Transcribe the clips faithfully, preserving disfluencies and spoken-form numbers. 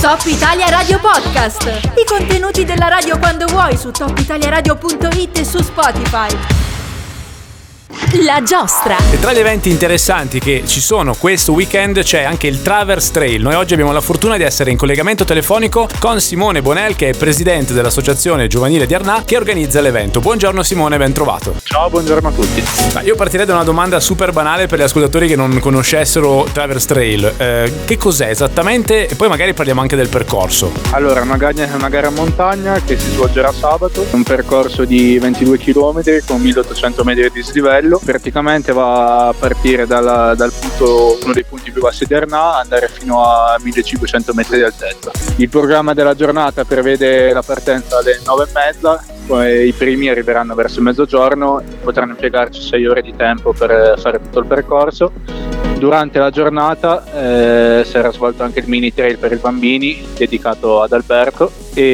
Top Italia Radio Podcast. I contenuti della radio quando vuoi su top italia radio punto it e su Spotify. La giostra. E tra gli eventi interessanti che ci sono questo weekend c'è anche il Traverse Trail. Noi oggi abbiamo la fortuna di essere in collegamento telefonico con Simone Bonel, che è presidente dell'associazione giovanile di Arnà, che organizza l'evento. Buongiorno Simone, ben trovato. Ciao, buongiorno a tutti. Ma io partirei da una domanda super banale per gli ascoltatori che non conoscessero Traverse Trail. Eh, che cos'è esattamente? E poi magari parliamo anche del percorso. Allora, una gara, una gara in montagna che si svolgerà sabato, un percorso di ventidue chilometri con milleottocento metri di dislivello. Praticamente va a partire dalla, dal punto, uno dei punti più bassi di Arnà, andare fino a millecinquecento metri di altezza. Il programma della giornata prevede la partenza alle nove e mezza, poi i primi arriveranno verso mezzogiorno, potranno impiegarci sei ore di tempo per fare tutto il percorso. Durante la giornata eh, sarà svolto anche il mini trail per i bambini dedicato ad Alberto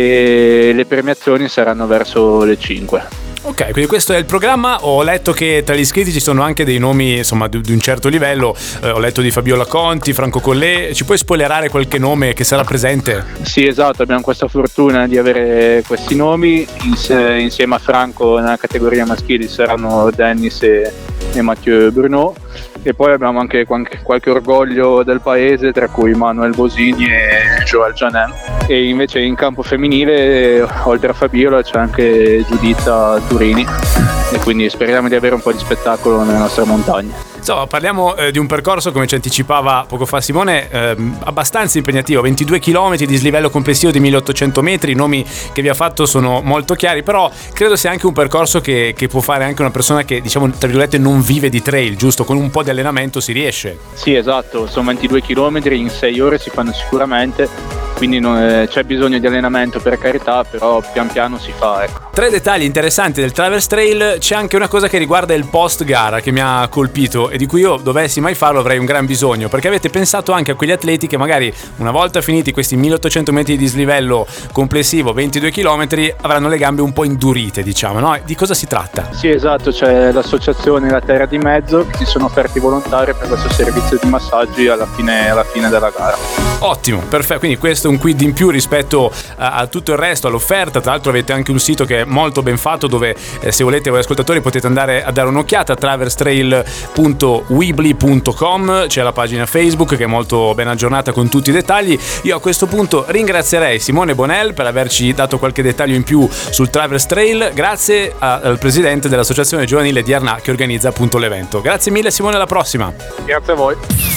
e le premiazioni saranno verso le cinque. Ok, quindi questo è il programma. Ho letto che tra gli iscritti ci sono anche dei nomi, insomma, di, di un certo livello. Eh, ho letto di Fabiola Conti, Franco Collè. Ci puoi spoilerare qualche nome che sarà presente? Sì, esatto, abbiamo questa fortuna di avere questi nomi. Inse- insieme a Franco nella categoria maschile saranno Dennis e, e Mathieu Bruno. E poi abbiamo anche qualche, qualche orgoglio del paese, tra cui Manuel Bosini e Joël Janin. E invece in campo femminile, oltre a Fabiola, c'è anche Giuditta Turini. E quindi speriamo di avere un po' di spettacolo nelle nostre montagne. Insomma, parliamo eh, di un percorso, come ci anticipava poco fa Simone, eh, abbastanza impegnativo, ventidue chilometri di dislivello complessivo di milleottocento metri. I nomi che vi ha fatto sono molto chiari, però credo sia anche un percorso che, che può fare anche una persona che, diciamo, tra virgolette, non vive di trail, giusto? Con un po' di allenamento si riesce. Sì, esatto, sono ventidue chilometri, in sei ore si fanno sicuramente, quindi non, eh, c'è bisogno di allenamento, per carità, però pian piano si fa, ecco. Tre dettagli interessanti del Traverse Trail. C'è anche una cosa che riguarda il post gara che mi ha colpito e di cui io, dovessi mai farlo, avrei un gran bisogno, perché avete pensato anche a quegli atleti che magari una volta finiti questi milleottocento metri di dislivello complessivo, ventidue chilometri, avranno le gambe un po' indurite, diciamo, no? Di cosa si tratta? Sì, esatto, c'è l'associazione La Terra di Mezzo che si sono offerti volontari per questo servizio di massaggi alla fine, alla fine della gara. Ottimo, perfetto, quindi questo è un quid in più rispetto a, a tutto il resto, all'offerta. Tra l'altro avete anche un sito che è molto ben fatto, dove eh, se volete voi ascoltatori potete andare a dare un'occhiata, traverse trail punto weebly punto com. C'è la pagina Facebook che è molto ben aggiornata con tutti i dettagli. Io a questo punto ringrazierei Simone Bonel per averci dato qualche dettaglio in più sul Traverse Trail. Grazie a, al presidente dell'associazione giovanile di Arnà che organizza appunto l'evento. Grazie mille Simone, alla prossima. Grazie a voi.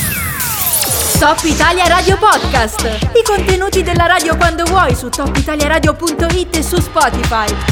Top Italia Radio Podcast. I contenuti della radio quando vuoi su top italia radio punto it e su Spotify.